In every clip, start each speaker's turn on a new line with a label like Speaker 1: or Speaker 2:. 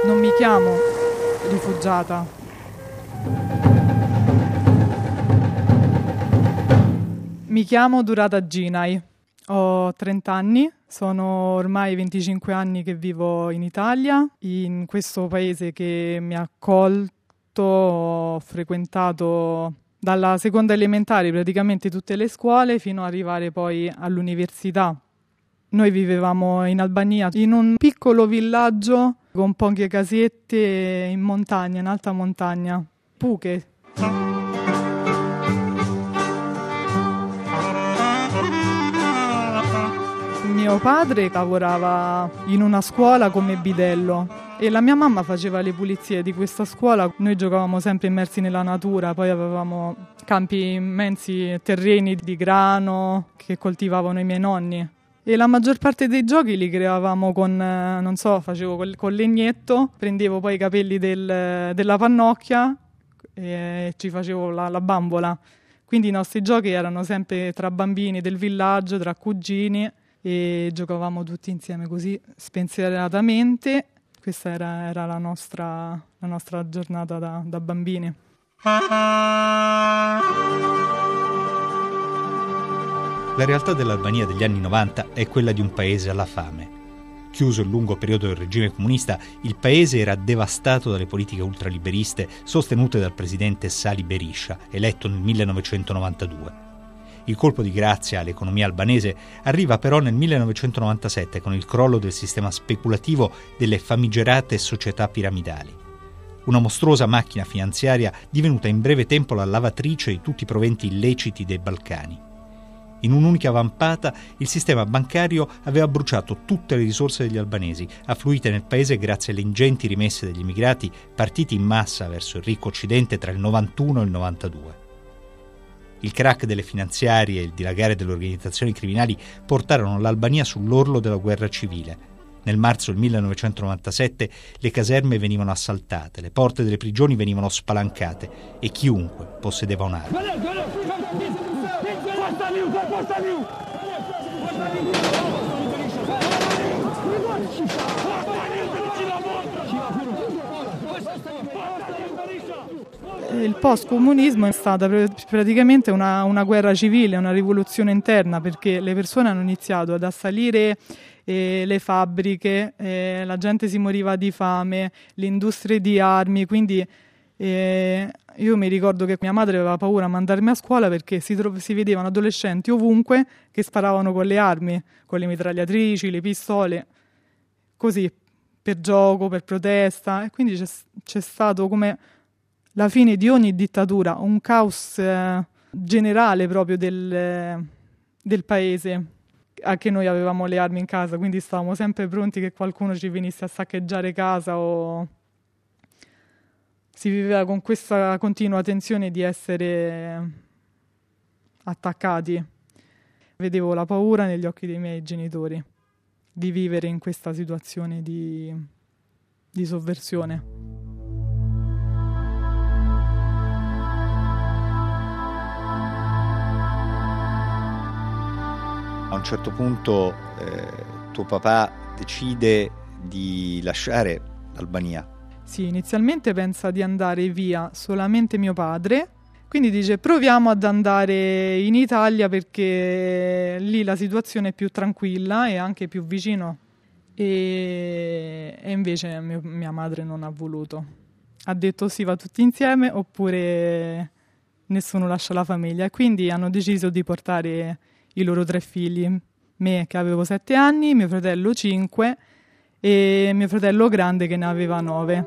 Speaker 1: Non mi chiamo rifugiata. Mi chiamo Durata Ginai. Ho 30 anni, sono ormai 25 anni che vivo in Italia, in questo paese che mi ha accolto. Ho frequentato dalla seconda elementare praticamente tutte le scuole fino ad arrivare poi all'università. Noi vivevamo in Albania, in un piccolo villaggio con poche casette in montagna, in alta montagna. Puche. Mio padre lavorava in una scuola come bidello e la mia mamma faceva le pulizie di questa scuola. Noi giocavamo sempre immersi nella natura, poi avevamo campi immensi, terreni di grano che coltivavano i miei nonni. E la maggior parte dei giochi li creavamo facevo col legnetto, prendevo poi i capelli della pannocchia e ci facevo la bambola. Quindi i nostri giochi erano sempre tra bambini del villaggio, tra cugini, e giocavamo tutti insieme così spensieratamente. Questa era la nostra giornata da bambini.
Speaker 2: La realtà dell'Albania degli anni 90 è quella di un paese alla fame. Chiuso il lungo periodo del regime comunista, il paese era devastato dalle politiche ultraliberiste sostenute dal presidente Sali Berisha, eletto nel 1992. Il colpo di grazia all'economia albanese arriva però nel 1997 con il crollo del sistema speculativo delle famigerate società piramidali. Una mostruosa macchina finanziaria divenuta in breve tempo la lavatrice di tutti i proventi illeciti dei Balcani. In un'unica vampata il sistema bancario aveva bruciato tutte le risorse degli albanesi, affluite nel paese grazie alle ingenti rimesse degli immigrati partiti in massa verso il ricco occidente tra il 91 e il 92. Il crack delle finanziarie e il dilagare delle organizzazioni criminali portarono l'Albania sull'orlo della guerra civile. Nel marzo del 1997 le caserme venivano assaltate, le porte delle prigioni venivano spalancate e chiunque possedeva un'arma.
Speaker 1: Il post-comunismo è stata praticamente una guerra civile, una rivoluzione interna, perché le persone hanno iniziato ad assalire le fabbriche, la gente si moriva di fame, le industrie di armi, quindi io mi ricordo che mia madre aveva paura a mandarmi a scuola perché si vedevano adolescenti ovunque che sparavano con le armi, con le mitragliatrici, le pistole, così, per gioco, per protesta, e quindi c'è stato come la fine di ogni dittatura, un caos generale proprio del paese. Anche noi avevamo le armi in casa, quindi stavamo sempre pronti che qualcuno ci venisse a saccheggiare casa, o si viveva con questa continua tensione di essere attaccati. Vedevo la paura negli occhi dei miei genitori di vivere in questa situazione di sovversione.
Speaker 2: A un certo punto tuo papà decide di lasciare l'Albania.
Speaker 1: Sì, inizialmente pensa di andare via solamente mio padre, quindi dice proviamo ad andare in Italia perché lì la situazione è più tranquilla e anche più vicino. E invece mia madre non ha voluto. Ha detto sì, va tutti insieme oppure nessuno lascia la famiglia, e quindi hanno deciso di portare i loro 3 figli, me che avevo 7 anni, mio fratello 5 e mio fratello grande che ne aveva 9.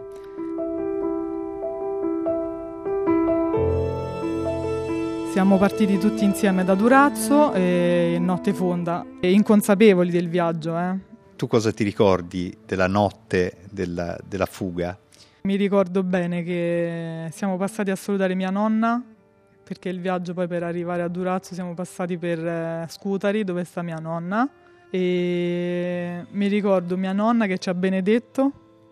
Speaker 1: Siamo partiti tutti insieme da Durazzo e notte fonda, e inconsapevoli del viaggio.
Speaker 2: Tu cosa ti ricordi della notte della fuga?
Speaker 1: Mi ricordo bene che siamo passati a salutare mia nonna, perché il viaggio poi per arrivare a Durazzo siamo passati per Scutari, dove sta mia nonna, e mi ricordo mia nonna che ci ha benedetto,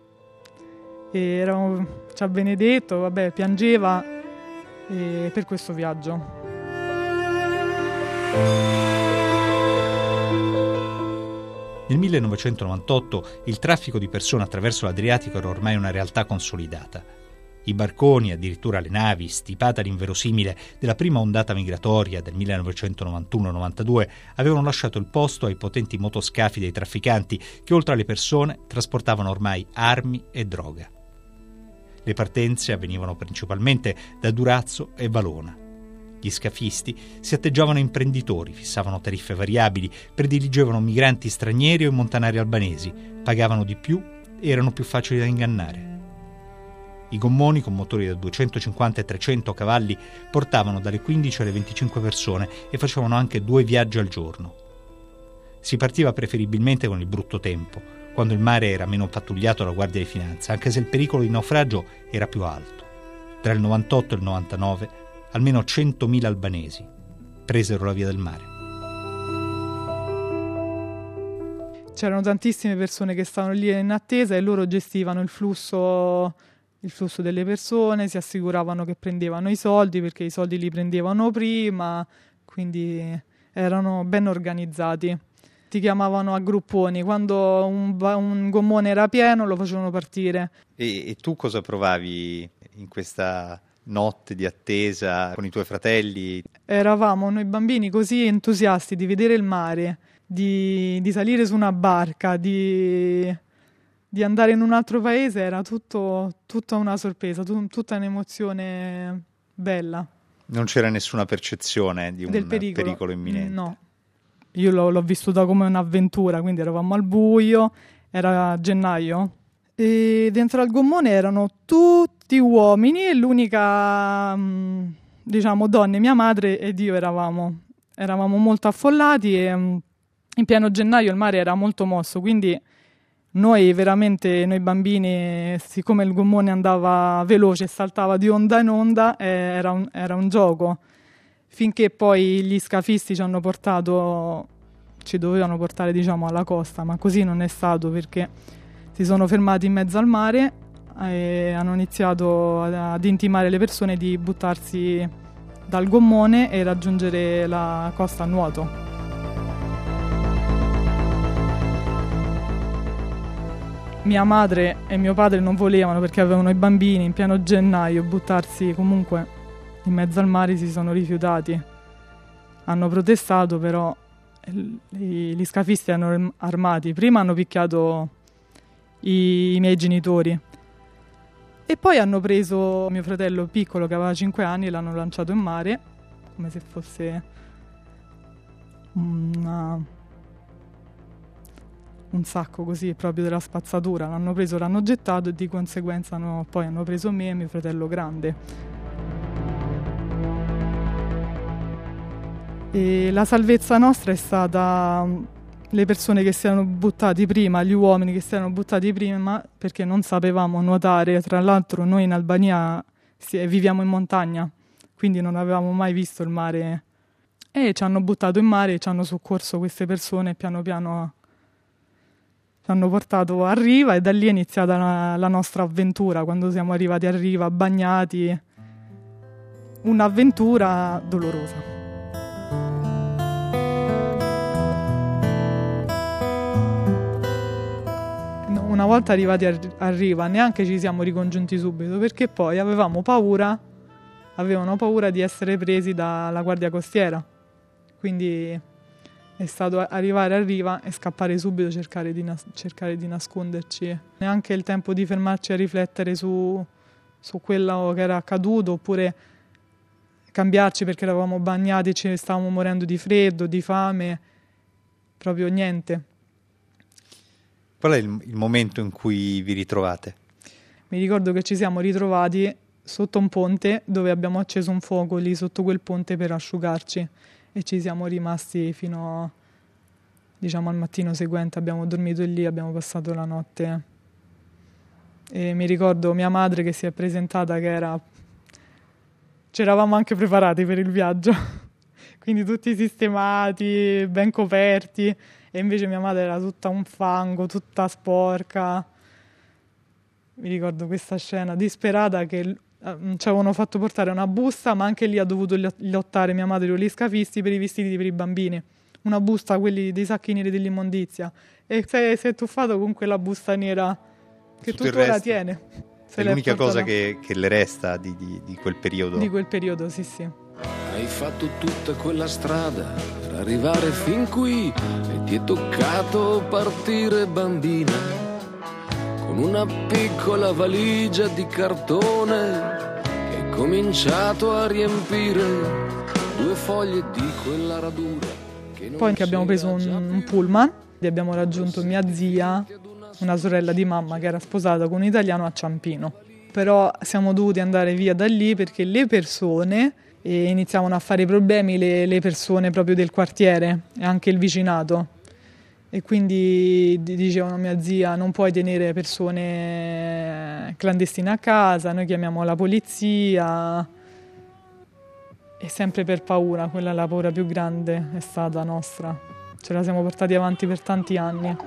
Speaker 1: ci ha benedetto, vabbè, piangeva per questo viaggio.
Speaker 2: Nel 1998 il traffico di persone attraverso l'Adriatico era ormai una realtà consolidata. I barconi, addirittura le navi, stipata l'inverosimile della prima ondata migratoria del 1991-92, avevano lasciato il posto ai potenti motoscafi dei trafficanti che oltre alle persone trasportavano ormai armi e droga. Le partenze avvenivano principalmente da Durazzo e Valona. Gli scafisti si atteggiavano imprenditori, fissavano tariffe variabili, prediligevano migranti stranieri o montanari albanesi, pagavano di più e erano più facili da ingannare. I gommoni con motori da 250 e 300 cavalli portavano dalle 15 alle 25 persone e facevano anche 2 viaggi al giorno. Si partiva preferibilmente con il brutto tempo, quando il mare era meno pattugliato dalla Guardia di Finanza, anche se il pericolo di naufragio era più alto. Tra il 98 e il 99 almeno 100.000 albanesi presero la via del mare.
Speaker 1: C'erano tantissime persone che stavano lì in attesa e loro gestivano il flusso delle persone, si assicuravano che prendevano i soldi, perché i soldi li prendevano prima, quindi erano ben organizzati. Ti chiamavano a grupponi, quando un gommone era pieno lo facevano partire.
Speaker 3: E tu cosa provavi in questa notte di attesa con i tuoi fratelli?
Speaker 1: Eravamo noi bambini così entusiasti di vedere il mare, di salire su una barca, di andare in un altro paese, era tutta una sorpresa, tutta un'emozione bella.
Speaker 3: Non c'era nessuna percezione di un pericolo imminente?
Speaker 1: No, io l'ho vissuta come un'avventura, quindi eravamo al buio, era gennaio, e dentro al gommone erano tutti uomini e l'unica, donna, mia madre ed io eravamo molto affollati e in pieno gennaio il mare era molto mosso, quindi noi bambini, siccome il gommone andava veloce e saltava di onda in onda, era un gioco. Finché poi gli scafisti ci dovevano portare alla costa, ma così non è stato, perché si sono fermati in mezzo al mare e hanno iniziato ad intimare le persone di buttarsi dal gommone e raggiungere la costa a nuoto. Mia madre e mio padre non volevano, perché avevano i bambini in pieno gennaio, buttarsi comunque in mezzo al mare, si sono rifiutati. Hanno protestato, però gli scafisti erano armati. Prima hanno picchiato i miei genitori e poi hanno preso mio fratello piccolo che aveva 5 anni e l'hanno lanciato in mare come se fosse un sacco così proprio della spazzatura. L'hanno preso, l'hanno gettato e di conseguenza poi hanno preso me e mio fratello grande. E la salvezza nostra è stata le persone che si erano buttati prima, gli uomini che si erano buttati prima, perché non sapevamo nuotare. Tra l'altro noi in Albania viviamo in montagna, quindi non avevamo mai visto il mare, e ci hanno buttato in mare e ci hanno soccorso queste persone e piano piano ci hanno portato a riva, e da lì è iniziata la nostra avventura. Quando siamo arrivati a riva bagnati, un'avventura dolorosa. Una volta arrivati a riva neanche ci siamo ricongiunti subito, perché poi avevano paura di essere presi dalla guardia costiera, quindi è stato arrivare a riva e scappare subito, cercare di nasconderci. Neanche il tempo di fermarci a riflettere su quello che era accaduto, oppure cambiarci perché eravamo bagnati e ci stavamo morendo di freddo, di fame, proprio niente.
Speaker 3: Qual è il momento in cui vi ritrovate?
Speaker 1: Mi ricordo che ci siamo ritrovati sotto un ponte dove abbiamo acceso un fuoco lì sotto quel ponte per asciugarci, e ci siamo rimasti fino al mattino seguente. Abbiamo dormito lì, abbiamo passato la notte, e mi ricordo mia madre che si è presentata ci eravamo anche preparati per il viaggio quindi tutti sistemati, ben coperti, e invece mia madre era tutta un fango, tutta sporca. Mi ricordo questa scena disperata che ci avevano fatto portare una busta, ma anche lì ha dovuto lottare mia madre con gli scafisti per i vestiti per i bambini, una busta, quelli dei sacchi neri dell'immondizia, e si è tuffato con quella busta nera che tuttora tiene.
Speaker 3: È l'unica cosa che le resta di quel periodo.
Speaker 1: Di quel periodo, sì.
Speaker 4: Hai fatto tutta quella strada per arrivare fin qui e ti è toccato partire bambina con una piccola valigia di cartone che hai cominciato a riempire 2 foglie di quella radura.
Speaker 1: Poi che abbiamo preso un pullman e abbiamo raggiunto mia zia, una sorella di mamma che era sposata con un italiano a Ciampino. Però siamo dovuti andare via da lì perché le persone iniziavano a fare problemi, le persone proprio del quartiere e anche il vicinato. E quindi dicevano a mia zia: non puoi tenere persone clandestine a casa, noi chiamiamo la polizia. E sempre per paura, quella è la paura più grande, è stata nostra. Ce la siamo portati avanti per tanti anni.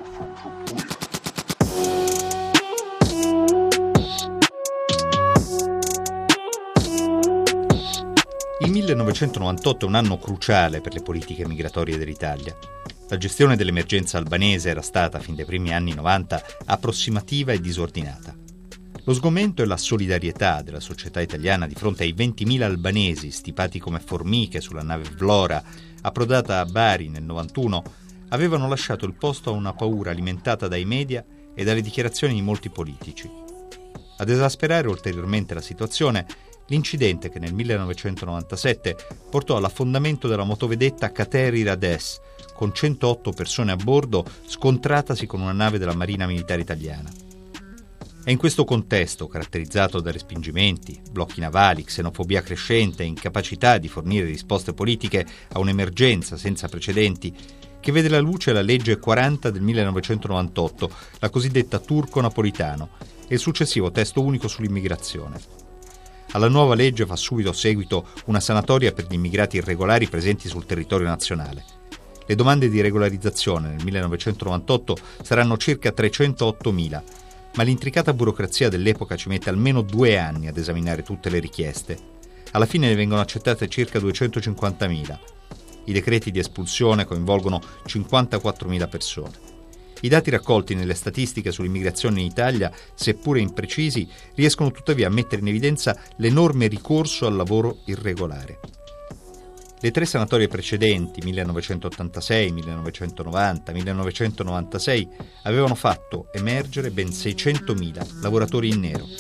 Speaker 2: Il 1998 è un anno cruciale per le politiche migratorie dell'Italia. La gestione dell'emergenza albanese era stata, fin dai primi anni 90, approssimativa e disordinata. Lo sgomento e la solidarietà della società italiana di fronte ai 20.000 albanesi stipati come formiche sulla nave Vlora, approdata a Bari nel 91, avevano lasciato il posto a una paura alimentata dai media e dalle dichiarazioni di molti politici. Ad esasperare ulteriormente la situazione, l'incidente che nel 1997 portò all'affondamento della motovedetta Kateri Rades, con 108 persone a bordo, scontratasi con una nave della Marina Militare Italiana. È in questo contesto, caratterizzato da respingimenti, blocchi navali, xenofobia crescente e incapacità di fornire risposte politiche a un'emergenza senza precedenti, che vede la luce la legge 40 del 1998, la cosiddetta Turco-Napolitano, e il successivo testo unico sull'immigrazione. Alla nuova legge fa subito seguito una sanatoria per gli immigrati irregolari presenti sul territorio nazionale. Le domande di regolarizzazione nel 1998 saranno circa 308.000, ma l'intricata burocrazia dell'epoca ci mette almeno 2 anni ad esaminare tutte le richieste. Alla fine ne vengono accettate circa 250.000. I decreti di espulsione coinvolgono 54.000 persone. I dati raccolti nelle statistiche sull'immigrazione in Italia, seppure imprecisi, riescono tuttavia a mettere in evidenza l'enorme ricorso al lavoro irregolare. Le 3 sanatorie precedenti, 1986, 1990, 1996, avevano fatto emergere ben 600.000 lavoratori in nero.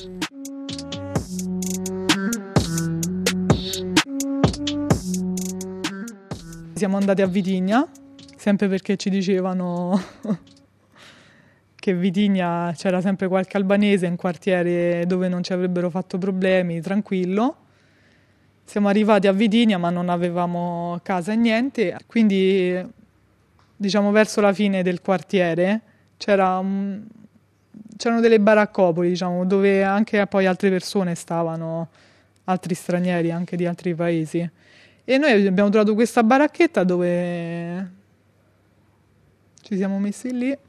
Speaker 1: Siamo andati a Vitigna, sempre perché ci dicevano che a Vitigna c'era sempre qualche albanese in quartiere dove non ci avrebbero fatto problemi, tranquillo. Siamo arrivati a Vitigna ma non avevamo casa e niente, quindi diciamo verso la fine del quartiere c'erano delle baraccopoli, diciamo, dove anche poi altre persone stavano, altri stranieri anche di altri paesi. E noi abbiamo trovato questa baracchetta dove ci siamo messi lì.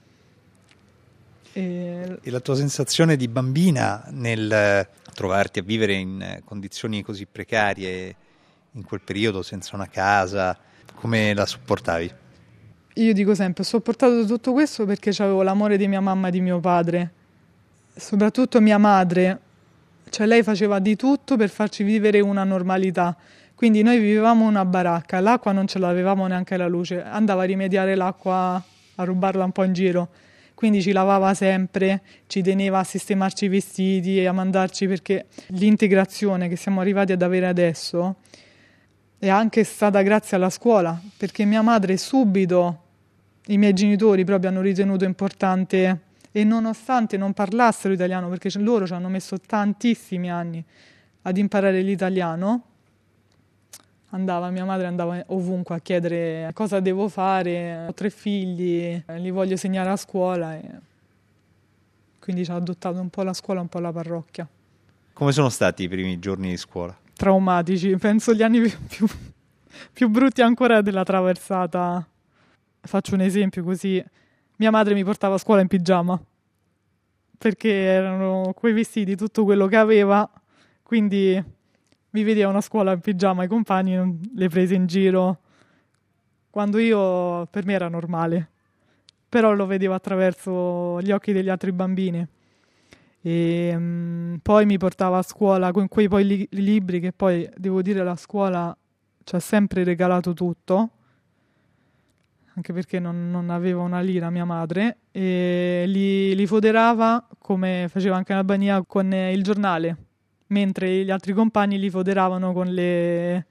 Speaker 3: E la tua sensazione di bambina nel trovarti a vivere in condizioni così precarie in quel periodo, senza una casa, come la sopportavi?
Speaker 1: Io dico sempre, ho sopportato tutto questo perché avevo l'amore di mia mamma e di mio padre, soprattutto mia madre, cioè lei faceva di tutto per farci vivere una normalità. Quindi noi vivevamo in una baracca, l'acqua non ce l'avevamo neanche la luce, andava a rimediare l'acqua, a rubarla un po' in giro. Quindi ci lavava sempre, ci teneva a sistemarci i vestiti e a mandarci, perché l'integrazione che siamo arrivati ad avere adesso è anche stata grazie alla scuola, perché mia madre subito, i miei genitori proprio hanno ritenuto importante, e nonostante non parlassero italiano, perché loro ci hanno messo tantissimi anni ad imparare l'italiano, mia madre andava ovunque a chiedere cosa devo fare, ho 3 figli, li voglio segnare a scuola, e quindi ci ha adottato un po' la scuola, un po' la parrocchia.
Speaker 3: Come sono stati i primi giorni di scuola?
Speaker 1: Traumatici, penso gli anni più brutti ancora della traversata. Faccio un esempio così: mia madre mi portava a scuola in pigiama, perché erano quei vestiti, tutto quello che aveva, quindi mi vedevano a scuola in pigiama, i compagni le prese in giro. quando per me era normale, però lo vedevo attraverso gli occhi degli altri bambini. E poi mi portava a scuola con quei poi libri che poi, devo dire, la scuola ci ha sempre regalato tutto, anche perché non aveva una lira mia madre, e li foderava come faceva anche in Albania con il giornale, mentre gli altri compagni li foderavano con le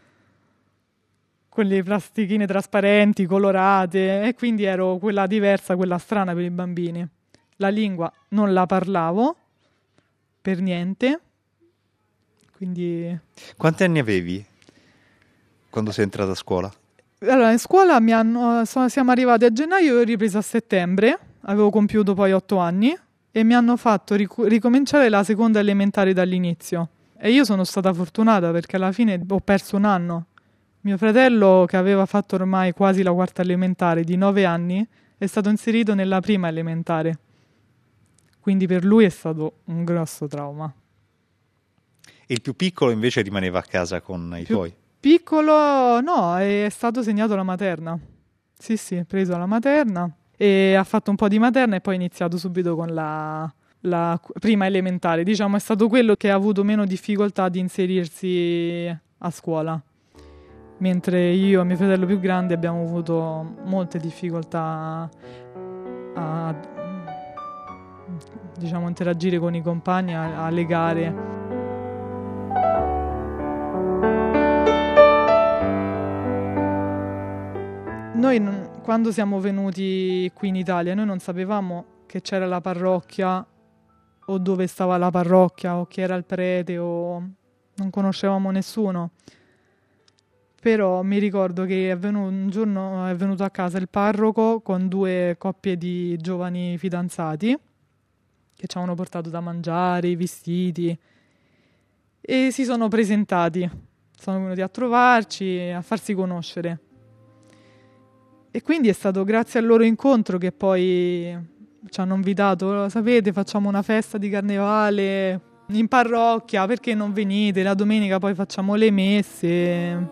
Speaker 1: plastichine trasparenti, colorate, e quindi ero quella diversa, quella strana per i bambini. La lingua non la parlavo per niente, quindi...
Speaker 3: Quanti anni avevi quando sei entrata a scuola?
Speaker 1: Allora, in scuola siamo arrivati a gennaio, io ho ripreso a settembre, avevo compiuto poi 8 anni e mi hanno fatto ricominciare la seconda elementare dall'inizio. E io sono stata fortunata perché alla fine ho perso un anno. Mio fratello, che aveva fatto ormai quasi la quarta elementare di 9 anni, è stato inserito nella prima elementare. Quindi per lui è stato un grosso trauma.
Speaker 3: E il più piccolo invece rimaneva a casa con i tuoi?
Speaker 1: Piccolo no, è stato segnato alla materna. Sì, preso alla materna e ha fatto un po' di materna e poi ha iniziato subito con la prima elementare. Diciamo è stato quello che ha avuto meno difficoltà di inserirsi a scuola. Mentre io e mio fratello più grande abbiamo avuto molte difficoltà a interagire con i compagni, a legare. Noi quando siamo venuti qui in Italia, noi non sapevamo che c'era la parrocchia o dove stava la parrocchia o chi era il prete o non conoscevamo nessuno. Però mi ricordo che un giorno è venuto a casa il parroco con 2 coppie di giovani fidanzati che ci avevano portato da mangiare, i vestiti, e si sono presentati. Sono venuti a trovarci, a farsi conoscere. E quindi è stato grazie al loro incontro che poi ci hanno invitato, sapete, facciamo una festa di carnevale in parrocchia, perché non venite? La domenica poi facciamo le messe.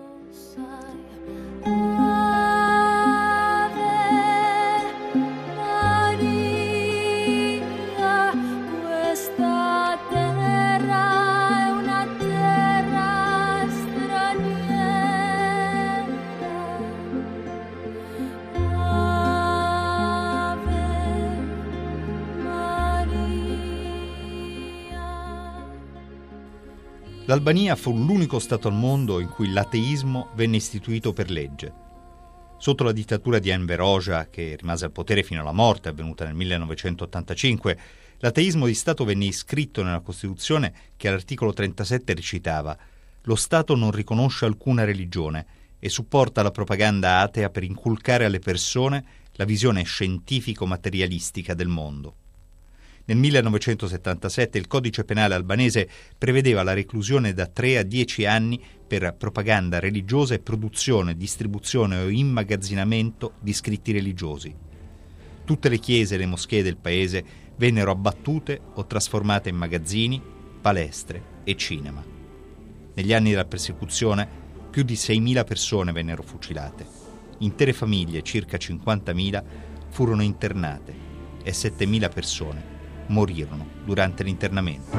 Speaker 2: L'Albania fu l'unico stato al mondo in cui l'ateismo venne istituito per legge. Sotto la dittatura di Enver Hoxha, che rimase al potere fino alla morte, avvenuta nel 1985, l'ateismo di Stato venne iscritto nella Costituzione che all'articolo 37 recitava: «Lo Stato non riconosce alcuna religione e supporta la propaganda atea per inculcare alle persone la visione scientifico-materialistica del mondo». Nel 1977 il codice penale albanese prevedeva la reclusione da 3 a 10 anni per propaganda religiosa e produzione, distribuzione o immagazzinamento di scritti religiosi. Tutte le chiese e le moschee del paese vennero abbattute o trasformate in magazzini, palestre e cinema. Negli anni della persecuzione più di 6.000 persone vennero fucilate. Intere famiglie, circa 50.000, furono internate e 7.000 persone morirono durante l'internamento.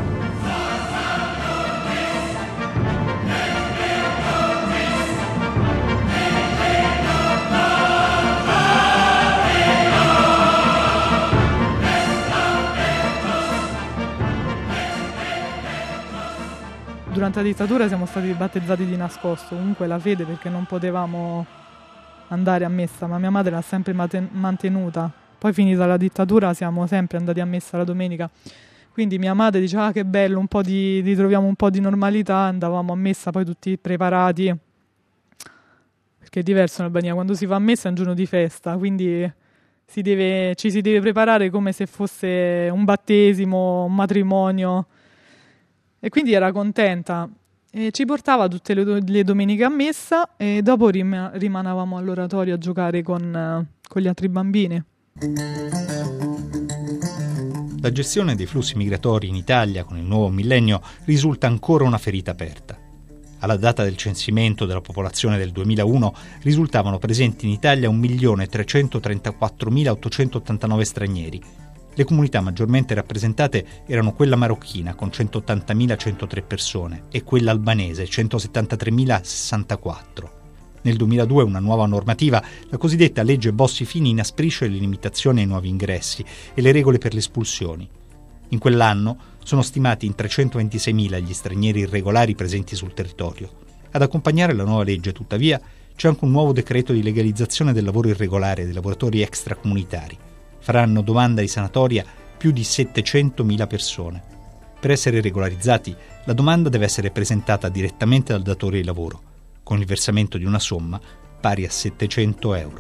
Speaker 1: Durante la dittatura siamo stati battezzati di nascosto, comunque la fede, perché non potevamo andare a messa, ma mia madre l'ha sempre mantenuta. Poi finita la dittatura siamo sempre andati a messa la domenica, quindi mia madre diceva: ah, che bello, ritroviamo un po' di normalità, andavamo a messa poi tutti preparati, perché è diverso in Albania, quando si va a messa è un giorno di festa, quindi ci si deve preparare come se fosse un battesimo, un matrimonio, e quindi era contenta e ci portava tutte le domeniche a messa e dopo rimanevamo all'oratorio a giocare con gli altri bambini.
Speaker 2: La gestione dei flussi migratori in Italia con il nuovo millennio risulta ancora una ferita aperta. alla data del censimento della popolazione del 2001 risultavano presenti in Italia 1.334.889 stranieri. Le comunità maggiormente rappresentate erano quella marocchina con 180.103 persone e quella albanese 173.064. Nel 2002 una nuova normativa, la cosiddetta legge Bossi-Fini, inasprisce le limitazioni ai nuovi ingressi e le regole per le espulsioni. In quell'anno sono stimati in 326.000 gli stranieri irregolari presenti sul territorio. Ad accompagnare la nuova legge, tuttavia, c'è anche un nuovo decreto di legalizzazione del lavoro irregolare dei lavoratori extracomunitari. Faranno domanda di sanatoria più di 700.000 persone. Per essere regolarizzati, la domanda deve essere presentata direttamente dal datore di lavoro, con il versamento di una somma pari a 700 euro.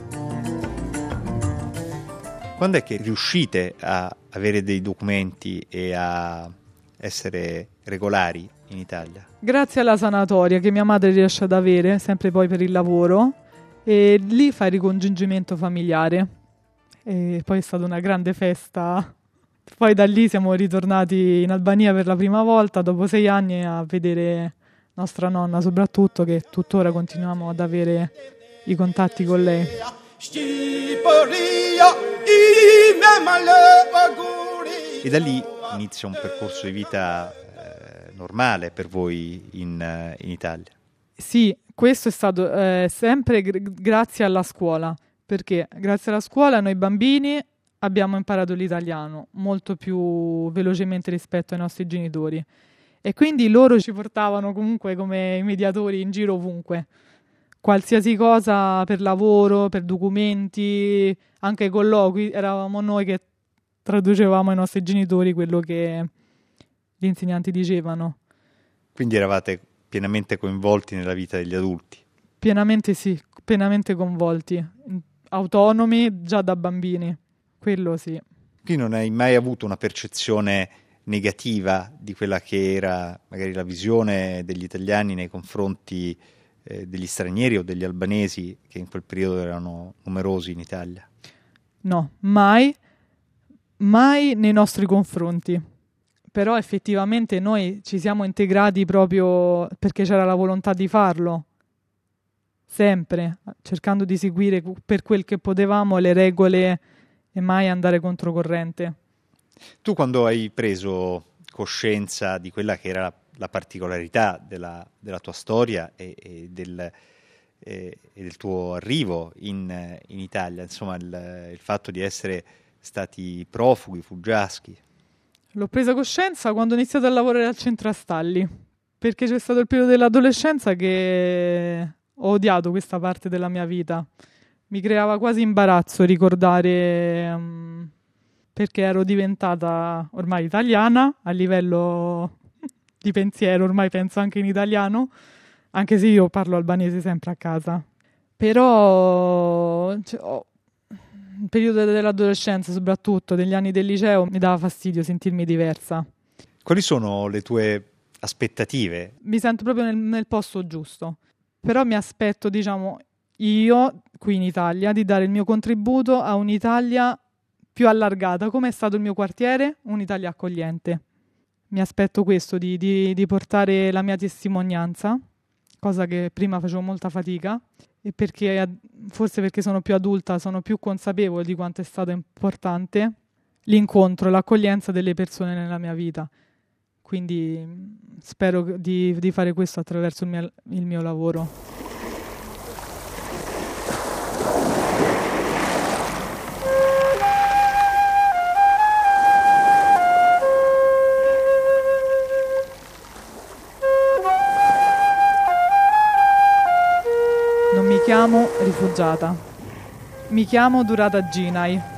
Speaker 3: Quando è che riuscite a avere dei documenti e a essere regolari in Italia?
Speaker 1: Grazie alla sanatoria che mia madre riesce ad avere, sempre poi per il lavoro, e lì fa il ricongiungimento familiare. E poi è stata una grande festa. Poi da lì siamo ritornati in Albania per la prima volta, dopo 6 anni, a vedere nostra nonna soprattutto, che tuttora continuiamo ad avere i contatti con lei.
Speaker 3: E da lì inizia un percorso di vita normale per voi in Italia?
Speaker 1: Sì, questo è stato sempre grazie alla scuola, perché grazie alla scuola noi bambini abbiamo imparato l'italiano molto più velocemente rispetto ai nostri genitori e quindi loro ci portavano comunque come mediatori in giro ovunque. Qualsiasi cosa per lavoro, per documenti, anche colloqui, eravamo noi che traducevamo ai nostri genitori quello che gli insegnanti dicevano.
Speaker 3: Quindi eravate pienamente coinvolti nella vita degli adulti?
Speaker 1: Pienamente sì, pienamente coinvolti, autonomi già da bambini, quello sì.
Speaker 3: Quindi non hai mai avuto una percezione negativa di quella che era magari la visione degli italiani nei confronti degli stranieri o degli albanesi che in quel periodo erano numerosi in Italia?
Speaker 1: No, mai nei nostri confronti. Però effettivamente noi ci siamo integrati proprio perché c'era la volontà di farlo. Sempre, cercando di seguire per quel che potevamo le regole e mai andare controcorrente.
Speaker 3: Tu quando hai preso coscienza di quella che era la particolarità della tua storia e del tuo arrivo in Italia, insomma il fatto di essere stati profughi, fuggiaschi.
Speaker 1: L'ho presa coscienza quando ho iniziato a lavorare al centro Astalli, perché c'è stato il periodo dell'adolescenza che ho odiato questa parte della mia vita. Mi creava quasi imbarazzo ricordare perché ero diventata ormai italiana a livello di pensiero, ormai penso anche in italiano, anche se io parlo albanese sempre a casa. Però il periodo dell'adolescenza, soprattutto degli anni del liceo, mi dava fastidio sentirmi diversa.
Speaker 3: Quali sono le tue aspettative?
Speaker 1: Mi sento proprio nel posto giusto, però mi aspetto, diciamo, io qui in Italia di dare il mio contributo a un'Italia più allargata, come è stato il mio quartiere, un'Italia accogliente. Mi aspetto questo, di portare la mia testimonianza, cosa che prima facevo molta fatica, e forse perché sono più adulta, sono più consapevole di quanto è stato importante l'incontro, l'accoglienza delle persone nella mia vita. Quindi spero di fare questo attraverso il mio lavoro. Non mi chiamo rifugiata, mi chiamo Durata Ginaj.